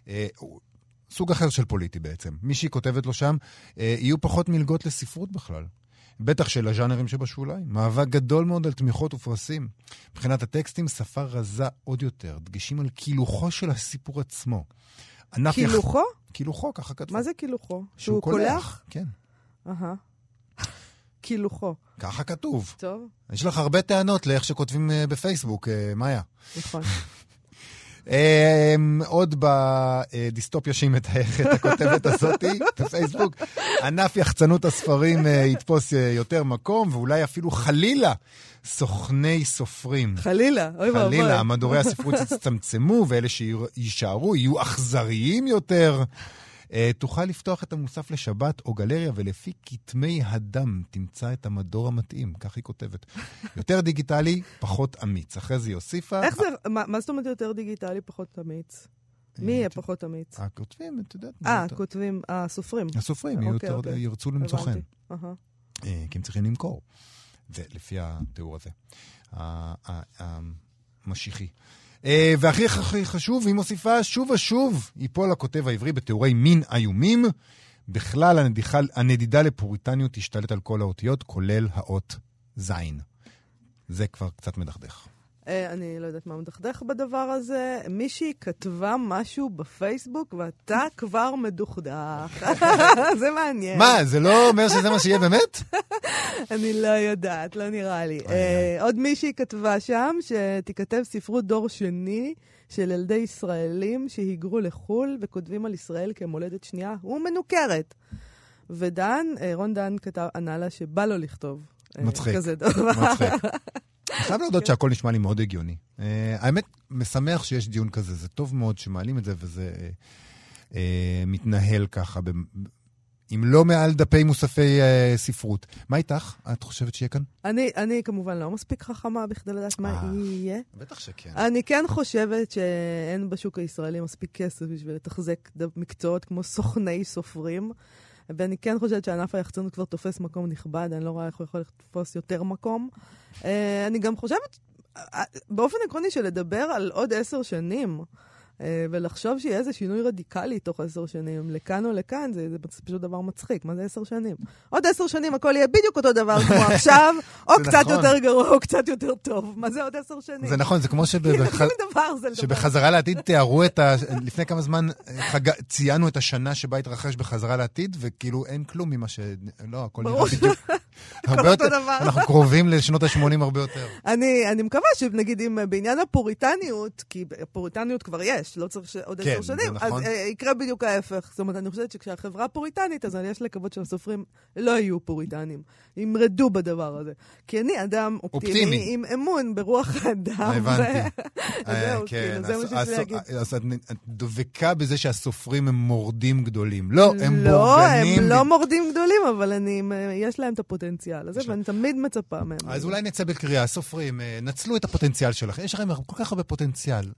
סוג אחר של פוליטי בעצם. מישהי כותבת לו שם, יהיו פחות מלגות לספרות בכלל. בטח של הז'אנרים שבשוליים. מאבק גדול מאוד על תמיכות ופרסים. מבחינת הטקסטים, שפה רזה עוד יותר. דגשים על קילוחו של הסיפור עצמו. קילוחו? יח... קילוחו, ככה כתבו. מה זה קילוחו? שהוא קולח? כן. אהה. קילוחו. ככה כתוב. טוב. יש לך הרבה טענות לאיך שכותבים בפייסבוק, מאיה. נכון. עוד בדיסטופיה שהיא מתארת הכותבת הזאת בפייסבוק, ענף יחצנות הספרים יתפוס יותר מקום, ואולי אפילו חלילה סוכני סופרים. חלילה, אוי ואבוי. חלילה, מדורי הספרות יצטמצמו, ואלה שישארו יהיו אכזריים יותר. תוכל לפתוח את המוסף לשבת או גלריה, ולפי כתמי הדם תמצא את המדור המתאים. כך היא כותבת. יותר דיגיטלי, פחות אמיץ. אחרי זה היא הוסיפה... איך זה, מה זאת אומרת יותר דיגיטלי, פחות אמיץ? מי יהיה פחות אמיץ? הכותבים, אתה יודעת. אה, הכותבים, הסופרים. הסופרים, ירצו למצוא חן. כי הם צריכים למכור. זה לפי התיאור הזה. המשיחי. והכי הכי חשוב, היא מוסיפה שוב ושוב, ייפול הכותב העברי בתיאורי מין איומים, בכלל הנדיחה, הנדידה לפוריטניות תשתלט על כל האותיות, כולל האות זין. זה כבר קצת מדכדך. אני לא יודעת מה מדכדך בדבר הזה. מישהי כתבה משהו בפייסבוק, ואתה כבר מדוכדך. זה מעניין. מה, זה לא אומר שזה מה שיהיה באמת? אני לא יודעת, לא נראה לי. עוד מישהי כתבה שם, שתיכתב ספרות דור שני, של ילדי ישראלים שהיגרו לחול, וכותבים על ישראל כמולדת שנייה, ומנוכרת. ודן, רון דן כתב, ענה לה שבא לו לכתוב. מצחיק. כזה דבר. מצחיק. אני חייב להודות שהכל נשמע לי מאוד הגיוני. האמת, משמח שיש דיון כזה, זה טוב מאוד שמעלים את זה, וזה מתנהל ככה, אם לא מעל דפי מוספי ספרות. מה איתך? את חושבת שיהיה כאן? אני כמובן לא מספיק חכמה בכדי לדעת מה יהיה. בטח שכן. אני כן חושבת שאין בשוק הישראלי מספיק כסף בשביל לתחזק מקצועות כמו סוכני סופרים, ואני כן חושבת שענף היחצנות כבר תופס מקום נכבד, אני לא רואה איך הוא יכול לתפוס יותר מקום. אני גם חושבת, באופן עקרוני, שלדבר על עוד עשר שנים, ולחשוב שיהיה איזה שינוי רדיקלי תוך עשר שנים, לכאן או לכאן, זה, זה פשוט דבר מצחיק. מה זה עשר שנים? עוד עשר שנים הכל יהיה בדיוק אותו דבר כמו עכשיו, או קצת נכון. יותר גרוע, או קצת יותר טוב. מה זה עוד עשר שנים? זה נכון, זה כמו שבח... דבר, זה שבחזרה לעתיד תיארו את ה... לפני כמה זמן חג... ציינו את השנה שבה התרחש בחזרה לעתיד, וכאילו אין כלום ממה ש... לא, הכל נראה בדיוק. הרבה יותר, אנחנו קרובים לשנות ה-שמונים הרבה יותר. אני, אני מקווה שנגיד אם בעניין הפוריטניות, כי הפוריטניות כבר יש, לא צריך עוד עשר שנים, אז יקרה בדיוק ההפך. זאת אומרת, אני חושבת שכשהחברה פוריטנית, אז יש לקוות שהסופרים לא יהיו פוריטנים, ימרדו בדבר הזה. כי אני אדם אופטימי, עם אמון ברוח האדם. הבנתי. זהו, זה מה שיש להגיד. אז את דבקה בזה שהסופרים הם מורדים גדולים. לא, הם בורגנים. לא, הם לא מורדים גדולים, אבל יש להם את הפוטנציאל הזה, ואני תמיד מצפה מהם. אז אולי נצא בקריאה, סופרים, נצלו את הפוטנציאל שלכם. יש לכם כל כך הרבה פוטנציאל.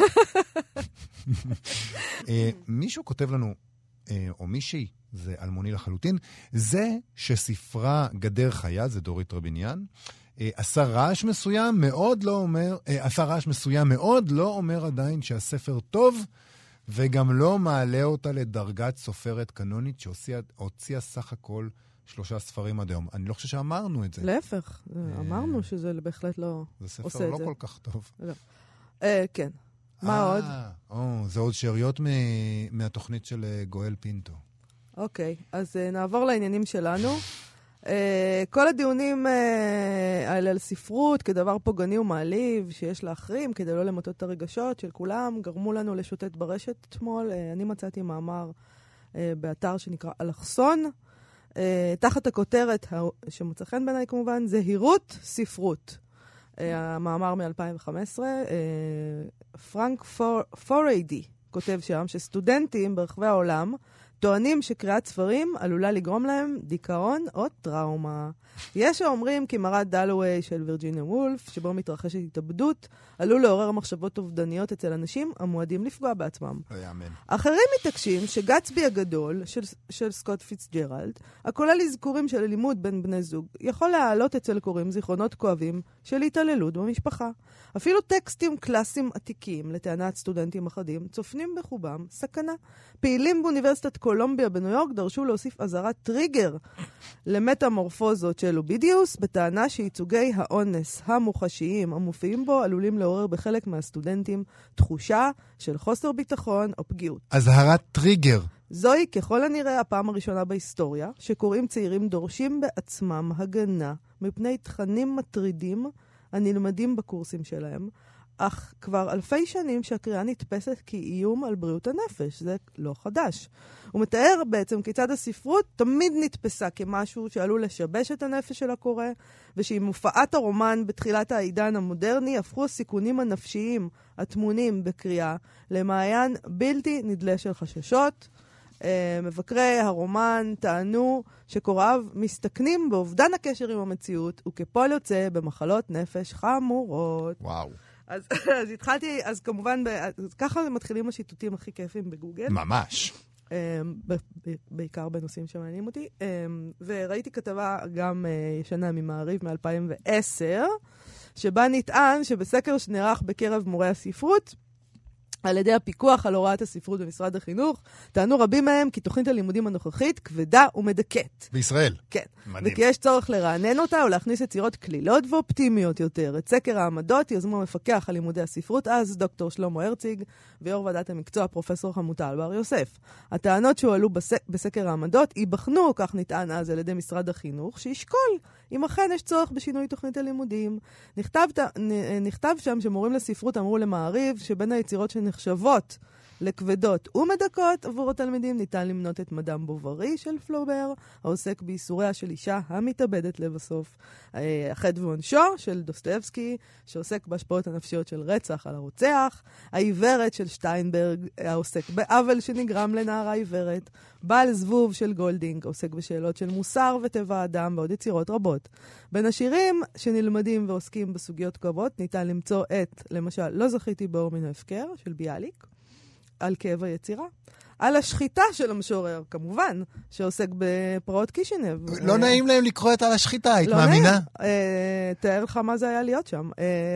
מישהו כותב לנו, או מישהי, זה אלמוני לחלוטין, זה שספרה גדר חיה, זה דורית רביניאן, עשה רעש מסוים מאוד לא אומר, עשה רעש מסוים מאוד לא אומר עדיין שהספר טוב, וגם לא מעלה אותה לדרגת סופרת קנונית שהוציאה סך הכל שלושה ספרים עד היום. אני לא חושב שאמרנו את זה. להפך, אמרנו שזה בהחלט לא עושה את זה. זה ספר לא כל כך טוב. לא. כן. מה עוד? זה עוד שאריות מהתוכנית של גואל פינטו. אוקיי, אז נעבור לעניינים שלנו. כל הדיונים האלה על ספרות כדבר פוגעני ומעליב שיש להחרים כדי לא למוטט את הרגשות של כולם, גרמו לנו לשוטט ברשת אתמול. אני מצאתי מאמר באתר שנקרא אלכסון, תחת הכותרת שמוצא חן בעיניי כמובן, זהירות ספרות. המאמר מ-אלפיים וחמש עשרה, פרנק פוריידי כותב שם שסטודנטים ברחבי העולם טוענים שקריאת ספרים עלולה לגרום להם דיכאון או טראומה. יש האומרים כי מרד דלווי של וירג'יניה וולף, שבו מתרחשת התאבדות, עלול לעורר מחשבות אובדניות אצל אנשים המועדים לפגוע בעצמם. לא יאמן. אחרים מתעקשים שגצבי הגדול של, של סקוט פיצג'רלד, הכולל אזכורים של לימוד בין בני זוג, יכול להעלות אצל קוראים זיכרונות כואבים של התעללות במשפחה. אפילו טקסטים קלאסיים עתיקים לטענת סטודנטים אחדים צופנים בחובם סכנה. פעילים באוניברסיטת קולומביה בניו יורק דרשו להוסיף אזהרת טריגר למטמורפוזות של אובידיוס, בטענה שייצוגי האונס המוחשיים המופיעים בו עלולים לעורר בחלק מהסטודנטים תחושה של חוסר ביטחון או פגיעות. אזהרת טריגר. זוהי ככל הנראה הפעם הראשונה בהיסטוריה שקוראים צעירים דורשים בעצמם הגנה מפני תכנים מטרידים הנלמדים בקורסים שלהם, אך כבר אלפי שנים שהקריאה נתפסת כאיום על בריאות הנפש. זה לא חדש. הוא מתאר בעצם כיצד הספרות תמיד נתפסה כמשהו שעלול לשבש את הנפש של הקורא, ושעם מופעת הרומן בתחילת העידן המודרני הפכו הסיכונים הנפשיים הטמונים בקריאה למעיין בלתי נדלה של חששות. מבקרי הרומן טענו שקוראיו מסתכנים באובדן הקשר עם המציאות, וכפועל יוצא במחלות נפש חמורות. וואו. אז, אז התחלתי, אז כמובן, אז ככה מתחילים השיטוטים הכי כיפים בגוגל. ממש. ב- ב- בעיקר בנושאים שמעניינים אותי. וראיתי כתבה גם ישנה ממעריב מ-אלפיים ועשר, שבה נטען שבסקר שנערך בקרב מורי הספרות, על ידי הפיקוח על הוראת הספרות במשרד החינוך, טענו רבים מהם כי תוכנית הלימודים הנוכחית כבדה ומדכאת. בישראל? כן. מדהים. וכי יש צורך לרענן אותה או להכניס יצירות כלילות ואופטימיות יותר. את סקר העמדות יזמו מפקח על לימודי הספרות אז, דוקטור שלמה הרציג, ויו"ר ועדת המקצוע פרופסור חמוטל בר יוסף. הטענות שהועלו בסק, בסקר העמדות ייבחנו, כך נטען אז על ידי משרד החינוך, שישקול אם אכן יש צורך בשינוי תוכנית הלימודים. נכתב, נכתב שם שמורים לספרות אמרו למעריב שבין היצירות שנחשבות לכבדות ומדכאות עבור התלמידים ניתן למנות את מדאם בוברי של פלובר, העוסק בייסוריה של אישה המתאבדת לבסוף. החטא ועונשו של דוסטויבסקי, שעוסק בהשפעות הנפשיות של רצח על הרוצח. העיוורת של שטיינברג, העוסק בעוול שנגרם לנערה עיוורת. בעל זבוב של גולדינג, עוסק בשאלות של מוסר וטבע האדם ועוד יצירות רבות. בין השירים שנלמדים ועוסקים בסוגיות כואבות ניתן למצוא את, למשל, לא זכיתי באור מן ההפקר של ביאליק, על כאב היצירה. על השחיטה של המשורר, כמובן, שעוסק בפרעות קישינב. לא נעים להם לקרוא את על השחיטה, היית מאמינה? תאר לך מה זה היה להיות שם.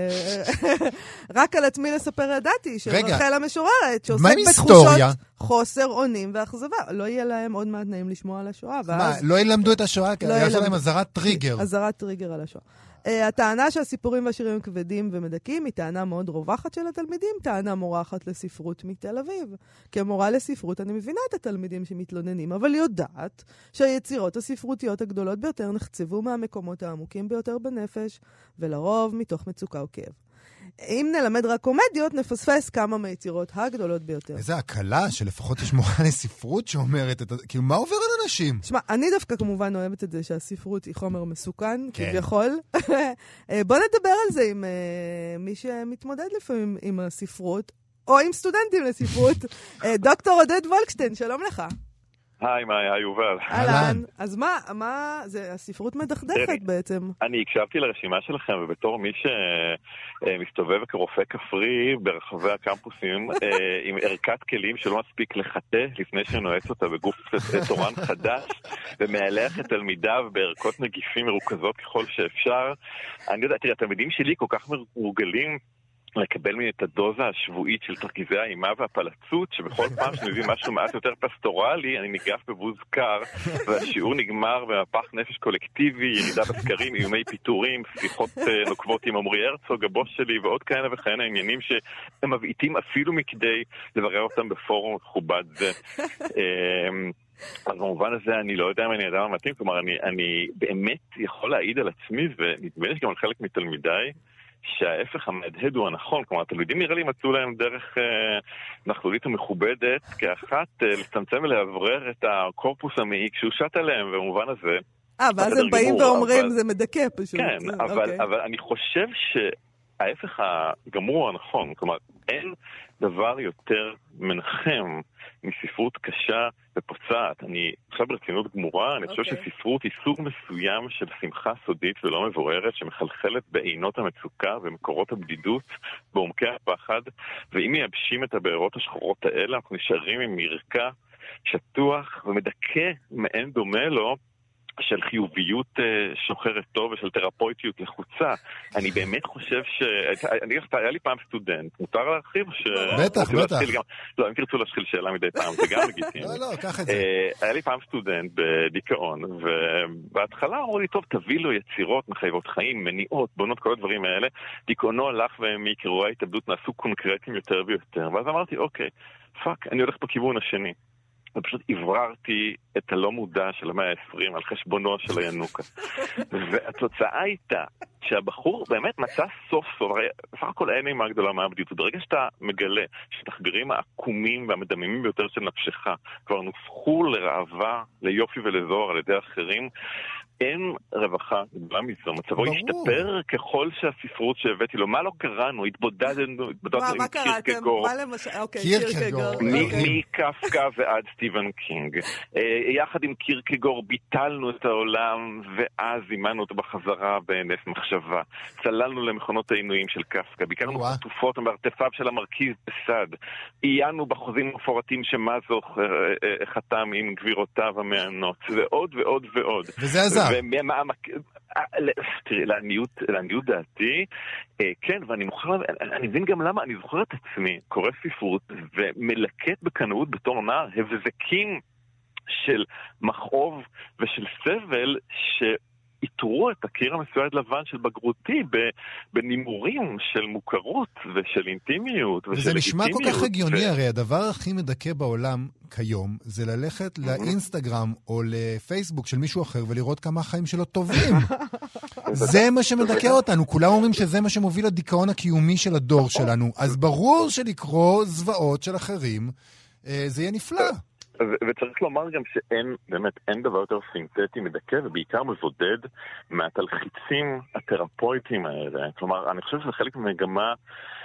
רק על עצמי לספר ידעתי, של רחל המשוררת, שעוסק בתחושות חוסר אונים ואכזבה. לא יהיה להם עוד מעט נעים לשמוע על השואה. מה, לא ילמדו את השואה? יש להם עזרת טריגר. עזרת טריגר על השואה. Uh, הטענה שהסיפורים והשירים כבדים ומדכים היא טענה מאוד רווחת של התלמידים, טענה מורחת לספרות מתל אביב. כמורה לספרות אני מבינה את התלמידים שמתלוננים, אבל יודעת שהיצירות הספרותיות הגדולות ביותר נחצבו מהמקומות העמוקים ביותר בנפש, ולרוב מתוך מצוקה או כאב. אם נלמד רק קומדיות, נפספס כמה מהיצירות הגדולות ביותר. איזה הקלה שלפחות יש מורה לספרות שאומרת, את... כאילו, מה עובר על אנשים? שמע, אני דווקא כמובן אוהבת את זה שהספרות היא חומר מסוכן, כן. כביכול. בוא נדבר על זה עם uh, מי שמתמודד לפעמים עם הספרות, או עם סטודנטים לספרות. דוקטור עודד וולקשטיין, שלום לך. היי, מאי, היי, יובל. אהלן. אז מה, מה, זה הספרות מדכדכת בעצם. אני הקשבתי לרשימה שלכם, ובתור מי שמסתובב כרופא כפרי ברחבי הקמפוסים, עם ערכת כלים שלא מספיק לחטא לפני שנועץ אותה בגוף תורן חדש, ומהלך את תלמידיו בערכות נגיפים מרוכזות ככל שאפשר. אני יודע, תראה, התלמידים שלי כל כך מורגלים לקבל ממני את הדוזה השבועית של תרכיבי האימה והפלצות, שבכל פעם שנביא משהו מעט יותר פסטורלי, אני ניגף בבוז קר, והשיעור נגמר במפח נפש קולקטיבי, ירידה בסקרים, איומי פיטורים, שיחות נוקבות עם עמרי הרצוג, הבוס שלי, ועוד כאלה וכאלה עניינים שהם מבעיטים אפילו מכדי לברר אותם בפורום מכובד זה. אז במובן הזה אני לא יודע אם אני אדם המתאים, כלומר אני, אני באמת יכול להעיד על עצמי, ונדמה לי שגם על חלק מתלמידיי, שההפך המהדהד הוא הנכון, כלומר, התלמידים נראה לי מצאו להם דרך אה, נכלולית ומכובדת, כאחת אה, לצמצם ולעברר את הקורפוס המעיק שהוא שט עליהם, במובן הזה. אה, ואז הם באים גמור, ואומרים, אבל... זה מדכא פשוט. כן, זה, אבל, אוקיי. אבל אני חושב שההפך הגמור הנכון, כלומר, אין דבר יותר מנחם מספרות קשה ופוצעת. אני עכשיו ברצינות גמורה, אני חושב okay. שספרות היא סוג מסוים של שמחה סודית ולא מבוררת, שמחלחלת בעינות המצוקה ומקורות הבדידות בעומקי הפחד, ואם מייבשים את הבארות השחורות האלה, אנחנו נשארים עם מרקע שטוח ומדכא מעין דומה לו, של חיוביות שוחרת טוב ושל תרפויטיות לחוצה. אני באמת חושב ש... אני חושב, היה לי פעם סטודנט. מותר להרחיב? בטח, בטח. לא, אם תרצו להשחיל שאלה מדי פעם, זה גם לגיטימי. לא, לא, קח את זה. היה לי פעם סטודנט בדיכאון, ובהתחלה אמרו לי, טוב, תביא לו יצירות, מחייבות חיים, מניעות, בונות, כל הדברים האלה. דיכאונו הלך ומקרואי ההתאבדות נעשו קונקרטיים יותר ויותר. ואז אמרתי, אוקיי, פאק, אני הולך בכיוון השני. ופשוט עבררתי את הלא מודע של המאה העשרים על חשבונו של הינוקה. והתוצאה הייתה שהבחור באמת מצא סוף סוף, הרי בסך הכל אין אימה גדולה מהבדידות. ברגע שאתה מגלה שתחבירים העקומים והמדממים ביותר של נפשך כבר נופחו לרעבה, ליופי ולזוהר על ידי אחרים, אין רווחה גדולה מזו. מצבו השתפר ככל שהספרות שהבאתי לו. מה לא קראנו? התבודדנו, התבודדנו עם קירקגור. מה למשל? אוקיי, קירקגור. מקפקא ועד סטיבן קינג. יחד עם קירקגור ביטלנו את העולם, ואז אימנו אותו בחזרה בנס מחשבה. צללנו למכונות העינויים של קפקא. ביקרנו חטופות בארטפיו של המרכיז בסד. עיינו בחוזים המפורטים שמזוך חתם עם גבירותיו המענות. ועוד ועוד ועוד. וזה עזר. תראי, לעניות דעתי, כן, ואני מוכר, אני מבין גם למה, אני זוכר את עצמי, קורא ספרות, ומלקט בקנאות בתור נער, הבזקים של מכאוב ושל סבל, שיתרו את הקיר המסויד לבן של בגרותי בנימורים של מוכרות ושל אינטימיות ושל וזה נשמע כל כך הגיוני, ו... הרי הדבר הכי מדכא בעולם כיום זה ללכת לאינסטגרם או לפייסבוק של מישהו אחר ולראות כמה החיים שלו טובים. זה מה שמדכא אותנו. כולם אומרים שזה מה שמוביל לדיכאון הקיומי של הדור שלנו. אז ברור שלקרוא זוועות של אחרים, זה יהיה נפלא. וצריך לומר גם שאין, באמת, אין דבר יותר סינתטי מדכא, ובעיקר מבודד מהתלחיצים התרפויטיים האלה. כלומר, אני חושב שזה חלק ממגמה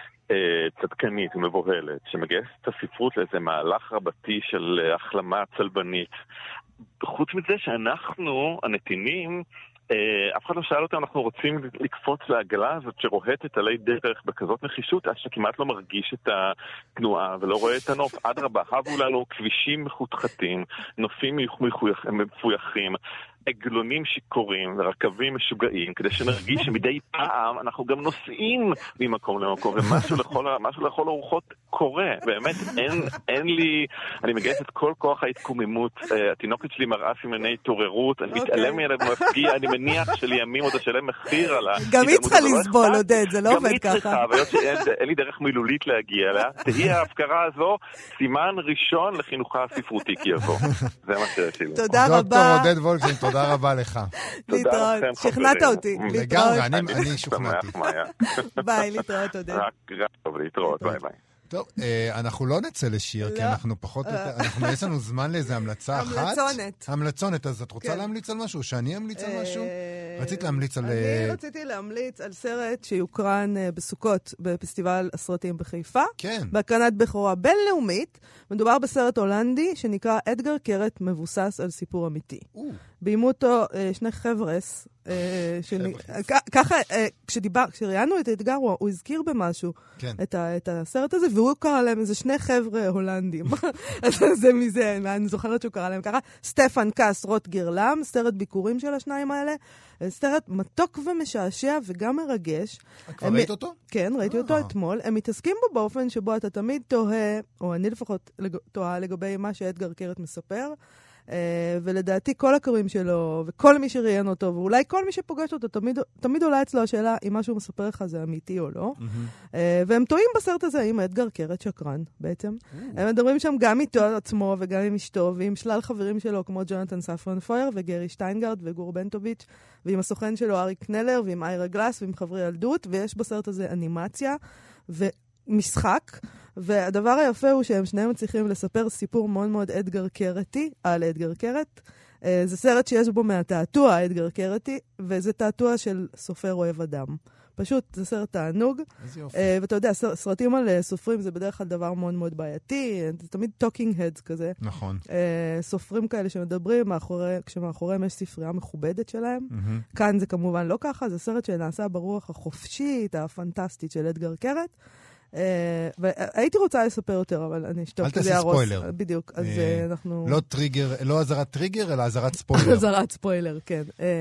צדקנית ומבוהלת, שמגייסת את הספרות לאיזה מהלך רבתי של החלמה צלבנית. חוץ מזה שאנחנו, הנתינים, אף אחד לא שאל אותם, אנחנו רוצים לקפוץ לעגלה הזאת שרוהטת עלי דרך בכזאת נחישות, עד שכמעט לא מרגיש את התנועה ולא רואה את הנוף. עד רבה, הבו לנו כבישים מחותכתים, נופים מפויחים, עגלונים שיכורים ורכבים משוגעים, כדי שנרגיש שמדי פעם אנחנו גם נוסעים ממקום למקום, ומשהו לכל, משהו לכל הרוחות קורה. באמת, אין, אין לי, אני מגייס את כל כוח ההתקוממות, התינוקת שלי מראה סימני התעוררות, אני מתעלם ממנה במפגיע, אני מניח שלימים עוד אשלם מחיר על ה... גם היא צריכה לסבול, עודד, זה לא עובד ככה. גם היא צריכה, והיות שאין לי דרך מילולית להגיע אליה, תהיה ההפקרה הזו סימן ראשון לחינוכה הספרותי כי יבוא. זה מה שיש לי. תודה רבה. דוקטור עודד וולפסון, תודה רבה לך. להתראות. שכנעת אותי. לגמרי, אני שוכנעתי. ביי, להתראות עודד. רק טוב, להתראות, ביי ביי. טוב, אנחנו לא נצא לשיר, כי אנחנו פחות... אנחנו יש לנו זמן לאיזה המלצה אחת. המלצונת. המלצונת, אז את רוצה להמליץ על משהו? שאני אמליץ על משהו? רצית להמליץ על... אני רציתי להמליץ על סרט שיוקרן בסוכות בפסטיבל הסרטים בחיפה. כן. בהקרנת בכורה בינלאומית. מדובר בסרט הולנדי שנקרא אדגר קרת, מבוסס על סיפור אמיתי. ביימו אותו שני חבר'ס. ככה, כשראיינו את אתגר, הוא הזכיר במשהו את הסרט הזה, והוא קרא להם איזה שני חבר'ה הולנדים. זה מזה, אני זוכרת שהוא קרא להם ככה. סטפן קאס, רוטגר לם, סרט ביקורים של השניים האלה. סרט מתוק ומשעשע וגם מרגש. כבר ראית אותו? כן, ראיתי אותו אתמול. הם מתעסקים בו באופן שבו אתה תמיד תוהה, או אני לפחות תוהה לגבי מה שאדגר קרת מספר, ולדעתי כל הקוראים שלו, וכל מי שראיין אותו, ואולי כל מי שפוגש אותו, תמיד, תמיד עולה אצלו השאלה אם משהו מספר לך זה אמיתי או לא. והם טועים בסרט הזה עם אדגר קרת שקרן, בעצם. הם מדברים שם גם איתו עצמו, וגם עם אשתו, ועם שלל חברים שלו, כמו ג'ונתן ספרון פויר, וגרי שטיינגרד, וגור בנטוביץ', ועם הסוכן שלו אריק קנלר, ועם איירה גלאס, ועם חברי ילדות, ויש בסרט הזה אנימציה, ומשחק, והדבר היפה הוא שהם שניהם מצליחים לספר סיפור מאוד מאוד אדגר קרתי על אדגר קרת. זה סרט שיש בו מהתעתוע אדגר קרתי, וזה תעתוע של סופר אוהב אדם. פשוט, זה סרט תענוג. איזה יופי. ואתה יודע, סרטים על סופרים זה בדרך כלל דבר מאוד מאוד בעייתי, זה תמיד talking heads כזה. נכון. סופרים כאלה שמדברים, כשמאחוריהם יש ספרייה מכובדת שלהם. כאן זה כמובן לא ככה, זה סרט שנעשה ברוח החופשית, הפנטסטית של אדגר קרת. והייתי רוצה לספר יותר, אבל אני אשתוק כזה ירוס. אל תעשי ספוילר. בדיוק, אז אנחנו... לא טריגר, לא עזרת טריגר, אלא עזרת ספוילר. עזרת ספוילר, כן.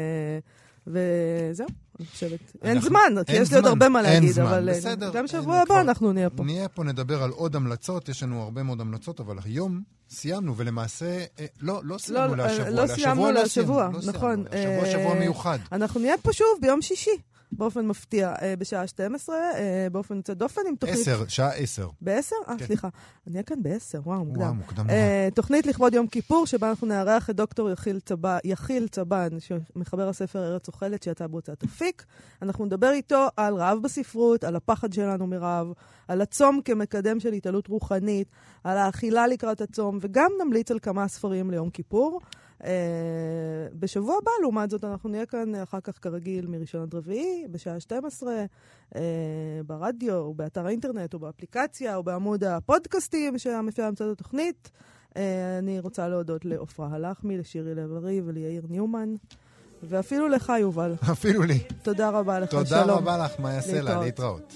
וזהו, אני חושבת. אין זמן, כי יש לי עוד הרבה מה להגיד, אבל גם שבוע הבא אנחנו נהיה פה. נהיה פה, נדבר על עוד המלצות, יש לנו הרבה מאוד המלצות, אבל היום סיימנו, ולמעשה, לא, לא סיימנו להשבוע, לא סיימנו להשבוע, נכון. השבוע, שבוע מיוחד. אנחנו נהיה פה שוב ביום שישי. באופן מפתיע, בשעה שתים עשרה, באופן יוצא דופן עם תוכנית... עשר, שעה עשר. בעשר? אה, סליחה. אני אהיה כאן בעשר, וואו, מוקדם. וואו, מוקדם. תוכנית לכבוד יום כיפור, שבה אנחנו נארח את דוקטור יחיל צבן, שמחבר הספר ארץ אוכלת, שיצא בהוצאת אפיק. אנחנו נדבר איתו על רעב בספרות, על הפחד שלנו מרעב, על הצום כמקדם של התעלות רוחנית, על האכילה לקראת הצום, וגם נמליץ על כמה ספרים ליום כיפור. Uh, בשבוע הבא, לעומת זאת, אנחנו נהיה כאן אחר כך כרגיל מראשון עד רביעי, בשעה שתים עשרה, uh, ברדיו, או באתר האינטרנט, או באפליקציה, או בעמוד הפודקאסטים שהמפיע המצאת התוכנית. Uh, אני רוצה להודות לאופרה הלחמי, לשירי לב-ארי וליאיר ניומן, ואפילו לך, יובל. אפילו לי. תודה רבה לך, תודה שלום. רבה לך, מה יעשה לה, להתראות.